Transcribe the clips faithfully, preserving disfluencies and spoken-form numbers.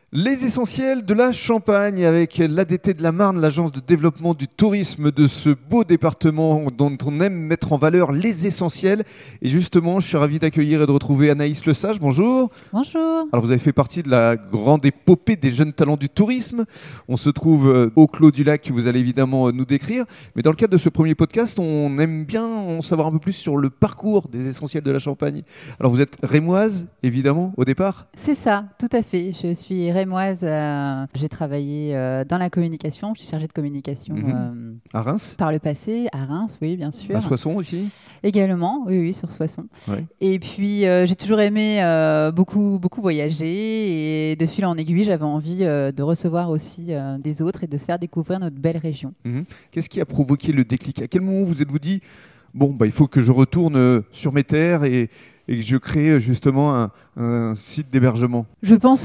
Les essentiels de la Champagne avec l'A D T de la Marne, l'agence de développement du tourisme de ce beau département dont on aime mettre en valeur les essentiels. Et justement, je suis ravi d'accueillir et de retrouver Anaïs Lesage. Bonjour. Bonjour. Alors vous avez fait partie de la grande épopée des jeunes talents du tourisme. On se trouve au Clos du Lac que vous allez évidemment nous décrire. Mais dans le cadre de ce premier podcast, on aime bien en savoir un peu plus sur le parcours des essentiels de la Champagne. Alors vous êtes rémoise, évidemment, au départ ? C'est ça, tout à fait. Je suis rémoise. Euh, j'ai travaillé euh, dans la communication. Je suis chargée de communication mmh. euh, à Reims. Par le passé. À Reims, oui, bien sûr. À Soissons aussi. Également, oui, oui, sur Soissons. Ouais. Et puis, euh, j'ai toujours aimé euh, beaucoup, beaucoup voyager. Et de fil en aiguille, j'avais envie euh, de recevoir aussi euh, des autres et de faire découvrir notre belle région. Mmh. Qu'est-ce qui a provoqué le déclic ? À quel moment vous êtes-vous dit « Bon, bah, il faut que je retourne sur mes terres et, et que je crée justement un, un site d'hébergement ?» Je pense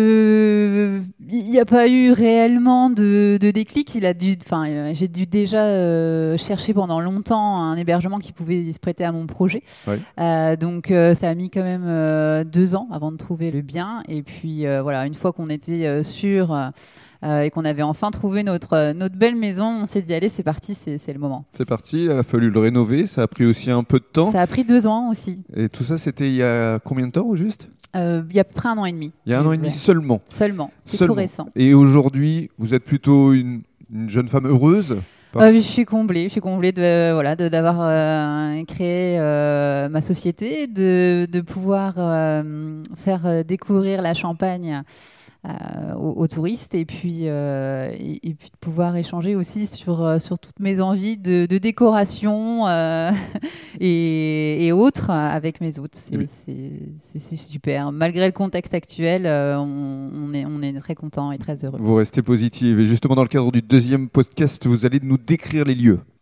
que il n'y a pas eu réellement de, de déclic. Il a dû, enfin, euh, j'ai dû déjà euh, chercher pendant longtemps un hébergement qui pouvait se prêter à mon projet. Ouais. Euh, donc euh, ça a mis quand même euh, deux ans avant de trouver le bien. Et puis euh, voilà, une fois qu'on était euh, sûr euh, et qu'on avait enfin trouvé notre notre belle maison, on s'est dit allez, c'est parti, c'est, c'est le moment. C'est parti. Il a fallu le rénover. Ça a prit aussi un peu de temps. Ça a pris deux ans aussi. Et tout ça, c'était il y a combien de temps au juste ? Euh, il y a à peu près un an et demi. Il y a un an et demi ouais. seulement. Seulement. C'est Seulement. tout récent. Et aujourd'hui, vous êtes plutôt une, une jeune femme heureuse ? Parce... Euh, je suis comblée. Je suis comblée de voilà de d'avoir euh, créé euh, ma société, de de pouvoir euh, faire découvrir la Champagne Euh, aux, aux touristes et puis, euh, et, et puis de pouvoir échanger aussi sur, euh, sur toutes mes envies de, de décoration euh, et, et autres avec mes hôtes. C'est, oui. c'est, c'est, c'est super. Malgré le contexte actuel, euh, on, on, est, on est très content et très heureux. Vous restez positive. Et justement, dans le cadre du deuxième podcast, vous allez nous décrire les lieux.